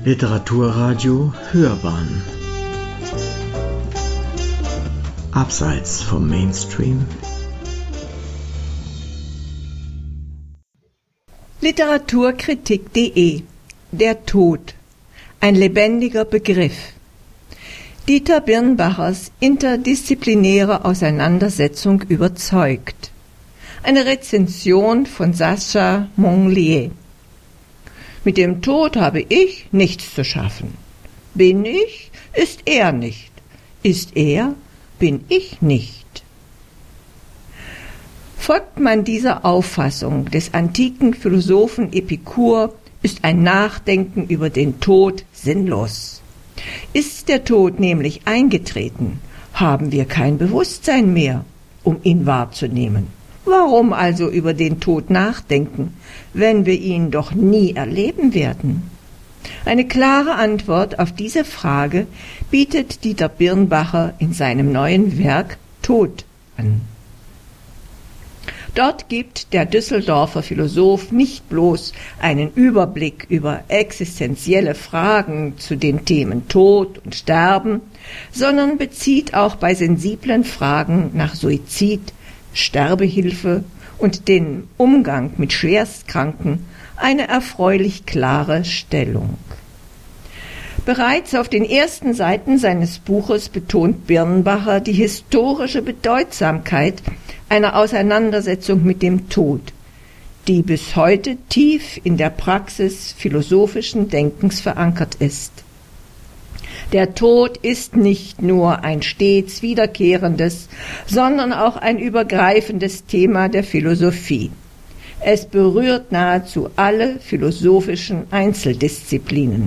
Literaturradio Hörbahn Abseits vom Mainstream. Literaturkritik.de Der Tod. Ein lebendiger Begriff. Dieter Birnbachers interdisziplinäre Auseinandersetzung überzeugt. Eine Rezension von Sascha Monglier. Mit dem Tod habe ich nichts zu schaffen. Bin ich, ist er nicht. Ist er, bin ich nicht. Folgt man dieser Auffassung des antiken Philosophen Epikur, ist ein Nachdenken über den Tod sinnlos. Ist der Tod nämlich eingetreten, haben wir kein Bewusstsein mehr, um ihn wahrzunehmen. Warum also über den Tod nachdenken, wenn wir ihn doch nie erleben werden? Eine klare Antwort auf diese Frage bietet Dieter Birnbacher in seinem neuen Werk Tod an. Dort gibt der Düsseldorfer Philosoph nicht bloß einen Überblick über existenzielle Fragen zu den Themen Tod und Sterben, sondern bezieht auch bei sensiblen Fragen nach Suizid, Sterbehilfe und den Umgang mit Schwerstkranken eine erfreulich klare Stellung. Bereits auf den ersten Seiten seines Buches betont Birnbacher die historische Bedeutsamkeit einer Auseinandersetzung mit dem Tod, die bis heute tief in der Praxis philosophischen Denkens verankert ist. Der Tod ist nicht nur ein stets wiederkehrendes, sondern auch ein übergreifendes Thema der Philosophie. Es berührt nahezu alle philosophischen Einzeldisziplinen.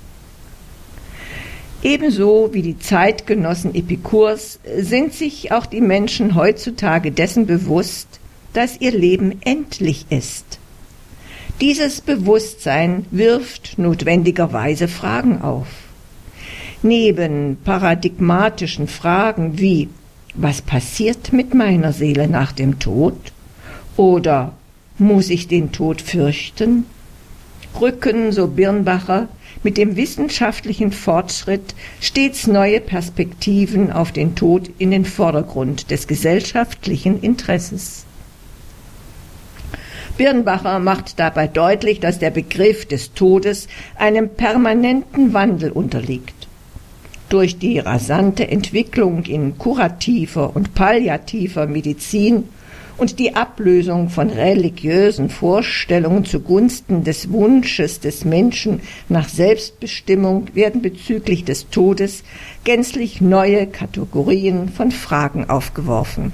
Ebenso wie die Zeitgenossen Epikurs sind sich auch die Menschen heutzutage dessen bewusst, dass ihr Leben endlich ist. Dieses Bewusstsein wirft notwendigerweise Fragen auf. Neben paradigmatischen Fragen wie „Was passiert mit meiner Seele nach dem Tod?" oder „Muss ich den Tod fürchten?" rücken, so Birnbacher, mit dem wissenschaftlichen Fortschritt stets neue Perspektiven auf den Tod in den Vordergrund des gesellschaftlichen Interesses. Birnbacher macht dabei deutlich, dass der Begriff des Todes einem permanenten Wandel unterliegt. Durch die rasante Entwicklung in kurativer und palliativer Medizin und die Ablösung von religiösen Vorstellungen zugunsten des Wunsches des Menschen nach Selbstbestimmung werden bezüglich des Todes gänzlich neue Kategorien von Fragen aufgeworfen.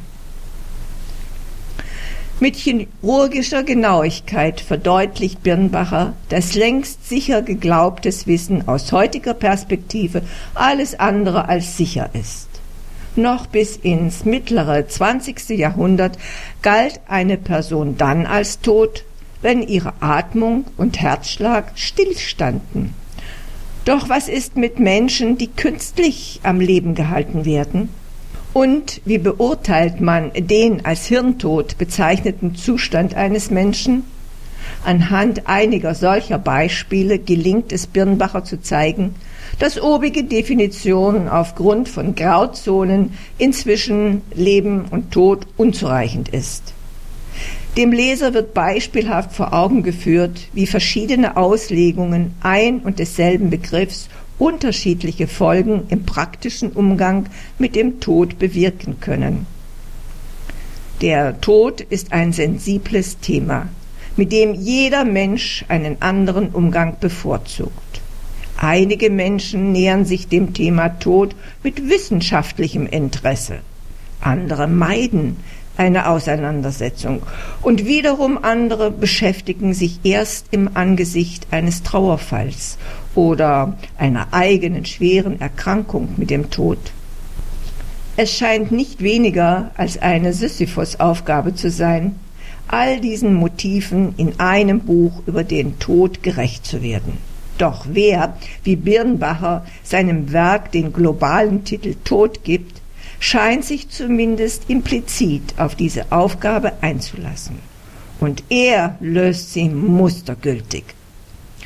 Mit chirurgischer Genauigkeit verdeutlicht Birnbacher, dass längst sicher geglaubtes Wissen aus heutiger Perspektive alles andere als sicher ist. Noch bis ins mittlere 20. Jahrhundert galt eine Person dann als tot, wenn ihre Atmung und Herzschlag stillstanden. Doch was ist mit Menschen, die künstlich am Leben gehalten werden? Und wie beurteilt man den als Hirntod bezeichneten Zustand eines Menschen? Anhand einiger solcher Beispiele gelingt es Birnbacher zu zeigen, dass obige Definition aufgrund von Grauzonen inzwischen Leben und Tod unzureichend ist. Dem Leser wird beispielhaft vor Augen geführt, wie verschiedene Auslegungen ein und desselben Begriffs unterschiedliche Folgen im praktischen Umgang mit dem Tod bewirken können. Der Tod ist ein sensibles Thema, mit dem jeder Mensch einen anderen Umgang bevorzugt. Einige Menschen nähern sich dem Thema Tod mit wissenschaftlichem Interesse, andere meiden eine Auseinandersetzung und wiederum andere beschäftigen sich erst im Angesicht eines Trauerfalls oder einer eigenen schweren Erkrankung mit dem Tod. Es scheint nicht weniger als eine Sisyphos-Aufgabe zu sein, all diesen Motiven in einem Buch über den Tod gerecht zu werden. Doch wer, wie Birnbacher, seinem Werk den globalen Titel Tod gibt, scheint sich zumindest implizit auf diese Aufgabe einzulassen. Und er löst sie mustergültig.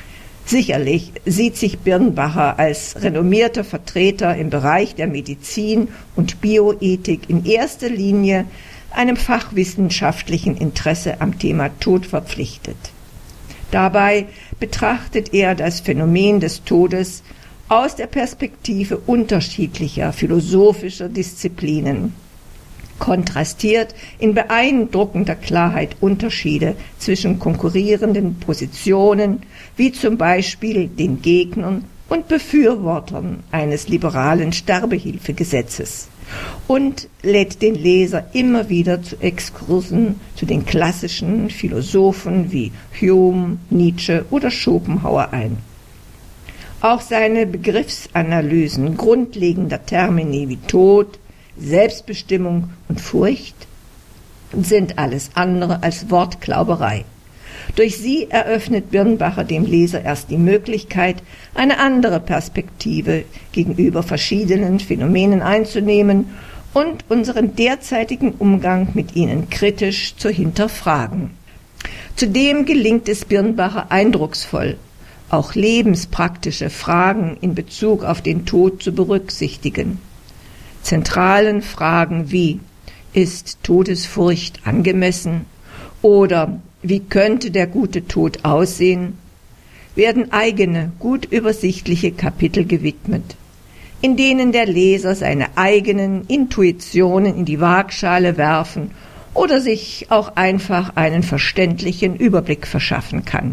Sicherlich sieht sich Birnbacher als renommierter Vertreter im Bereich der Medizin und Bioethik in erster Linie einem fachwissenschaftlichen Interesse am Thema Tod verpflichtet. Dabei betrachtet er das Phänomen des Todes aus der Perspektive unterschiedlicher philosophischer Disziplinen, kontrastiert in beeindruckender Klarheit Unterschiede zwischen konkurrierenden Positionen, wie zum Beispiel den Gegnern und Befürwortern eines liberalen Sterbehilfegesetzes, und lädt den Leser immer wieder zu Exkursen zu den klassischen Philosophen wie Hume, Nietzsche oder Schopenhauer ein. Auch seine Begriffsanalysen grundlegender Termini wie Tod, Selbstbestimmung und Furcht sind alles andere als Wortklauberei. Durch sie eröffnet Birnbacher dem Leser erst die Möglichkeit, eine andere Perspektive gegenüber verschiedenen Phänomenen einzunehmen und unseren derzeitigen Umgang mit ihnen kritisch zu hinterfragen. Zudem gelingt es Birnbacher eindrucksvoll, auch lebenspraktische Fragen in Bezug auf den Tod zu berücksichtigen. Zentralen Fragen wie: Ist Todesfurcht angemessen? Oder wie könnte der gute Tod aussehen? Werden eigene, gut übersichtliche Kapitel gewidmet, in denen der Leser seine eigenen Intuitionen in die Waagschale werfen oder sich auch einfach einen verständlichen Überblick verschaffen kann.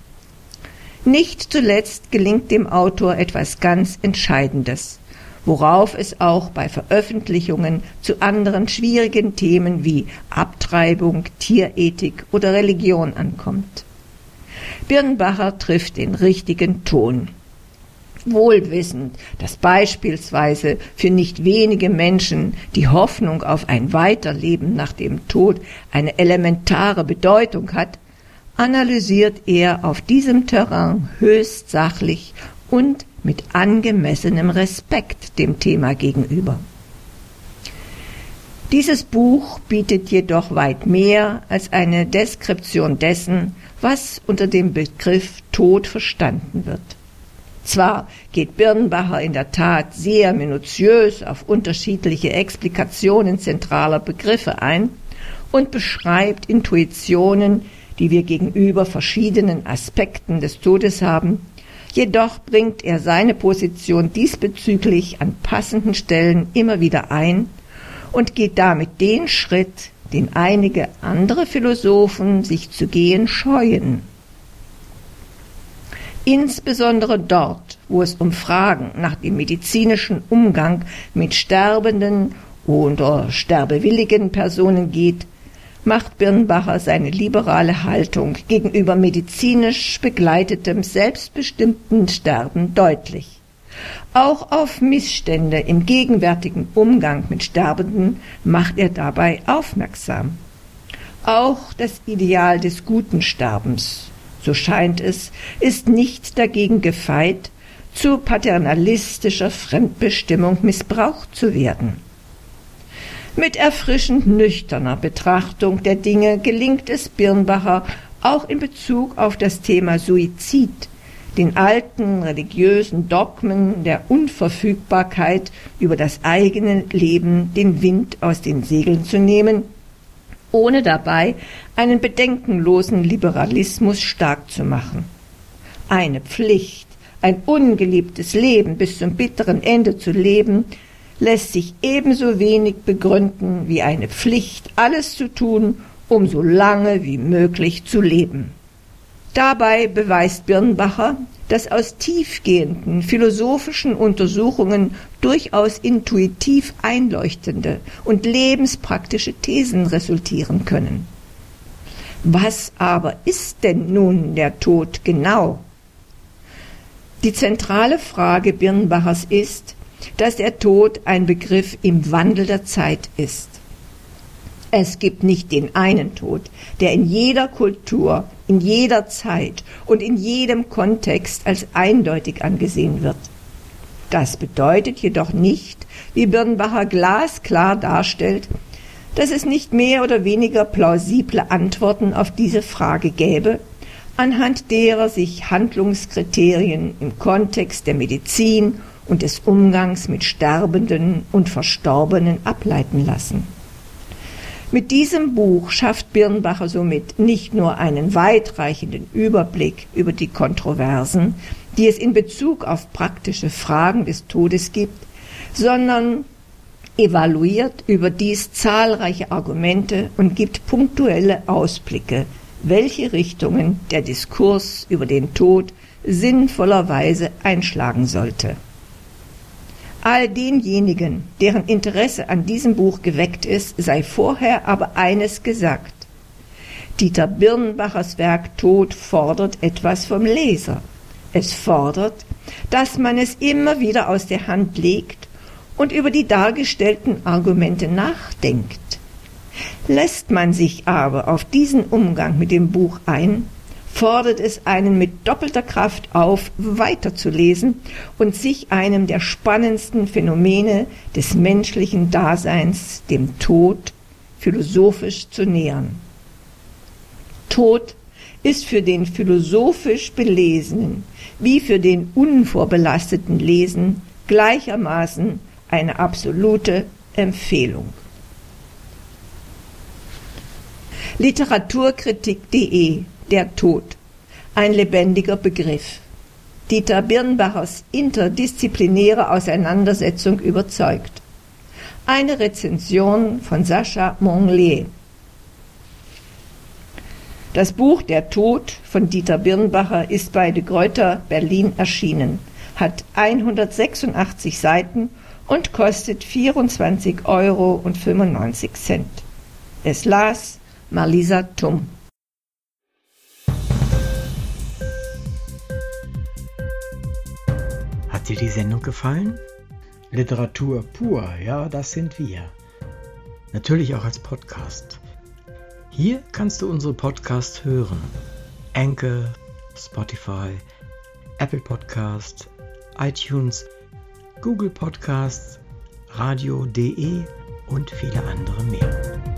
Nicht zuletzt gelingt dem Autor etwas ganz Entscheidendes, worauf es auch bei Veröffentlichungen zu anderen schwierigen Themen wie Abtreibung, Tierethik oder Religion ankommt. Birnbacher trifft den richtigen Ton. Wohl wissend, dass beispielsweise für nicht wenige Menschen die Hoffnung auf ein Weiterleben nach dem Tod eine elementare Bedeutung hat, analysiert er auf diesem Terrain höchst sachlich und mit angemessenem Respekt dem Thema gegenüber. Dieses Buch bietet jedoch weit mehr als eine Deskription dessen, was unter dem Begriff Tod verstanden wird. Zwar geht Birnbacher in der Tat sehr minutiös auf unterschiedliche Explikationen zentraler Begriffe ein und beschreibt Intuitionen, die wir gegenüber verschiedenen Aspekten des Todes haben, jedoch bringt er seine Position diesbezüglich an passenden Stellen immer wieder ein und geht damit den Schritt, den einige andere Philosophen sich zu gehen scheuen. Insbesondere dort, wo es um Fragen nach dem medizinischen Umgang mit sterbenden oder sterbewilligen Personen geht, macht Birnbacher seine liberale Haltung gegenüber medizinisch begleitetem, selbstbestimmten Sterben deutlich. Auch auf Missstände im gegenwärtigen Umgang mit Sterbenden macht er dabei aufmerksam. Auch das Ideal des guten Sterbens, so scheint es, ist nicht dagegen gefeit, zu paternalistischer Fremdbestimmung missbraucht zu werden. Mit erfrischend nüchterner Betrachtung der Dinge gelingt es Birnbacher auch in Bezug auf das Thema Suizid, den alten religiösen Dogmen der Unverfügbarkeit über das eigene Leben den Wind aus den Segeln zu nehmen, ohne dabei einen bedenkenlosen Liberalismus stark zu machen. Eine Pflicht, ein ungeliebtes Leben bis zum bitteren Ende zu leben, lässt sich ebenso wenig begründen wie eine Pflicht, alles zu tun, um so lange wie möglich zu leben. Dabei beweist Birnbacher, dass aus tiefgehenden philosophischen Untersuchungen durchaus intuitiv einleuchtende und lebenspraktische Thesen resultieren können. Was aber ist denn nun der Tod genau? Die zentrale Frage Birnbachers ist, dass der Tod ein Begriff im Wandel der Zeit ist. Es gibt nicht den einen Tod, der in jeder Kultur, in jeder Zeit und in jedem Kontext als eindeutig angesehen wird. Das bedeutet jedoch nicht, wie Birnbacher glasklar darstellt, dass es nicht mehr oder weniger plausible Antworten auf diese Frage gäbe, anhand derer sich Handlungskriterien im Kontext der Medizin und des Umgangs mit Sterbenden und Verstorbenen ableiten lassen. Mit diesem Buch schafft Birnbacher somit nicht nur einen weitreichenden Überblick über die Kontroversen, die es in Bezug auf praktische Fragen des Todes gibt, sondern evaluiert überdies zahlreiche Argumente und gibt punktuelle Ausblicke, welche Richtungen der Diskurs über den Tod sinnvollerweise einschlagen sollte. All denjenigen, deren Interesse an diesem Buch geweckt ist, sei vorher aber eines gesagt: Dieter Birnbachers Werk Tod fordert etwas vom Leser. Es fordert, dass man es immer wieder aus der Hand legt und über die dargestellten Argumente nachdenkt. Lässt man sich aber auf diesen Umgang mit dem Buch ein, fordert es einen mit doppelter Kraft auf, weiterzulesen und sich einem der spannendsten Phänomene des menschlichen Daseins, dem Tod, philosophisch zu nähern. Tod ist für den philosophisch Belesenen wie für den unvorbelasteten Lesen gleichermaßen eine absolute Empfehlung. Literaturkritik.de Der Tod. Ein lebendiger Begriff. Dieter Birnbachers interdisziplinäre Auseinandersetzung überzeugt. Eine Rezension von Sascha Monglier. Das Buch Der Tod von Dieter Birnbacher ist bei De Gruyter Berlin erschienen, hat 186 Seiten und kostet 24,95 €. Es las Marlisa Tum. Hat dir die Sendung gefallen? Literatur pur, ja, das sind wir. Natürlich auch als Podcast. Hier kannst du unsere Podcasts hören. Anchor, Spotify, Apple Podcast, iTunes, Google Podcasts, Radio.de und viele andere mehr.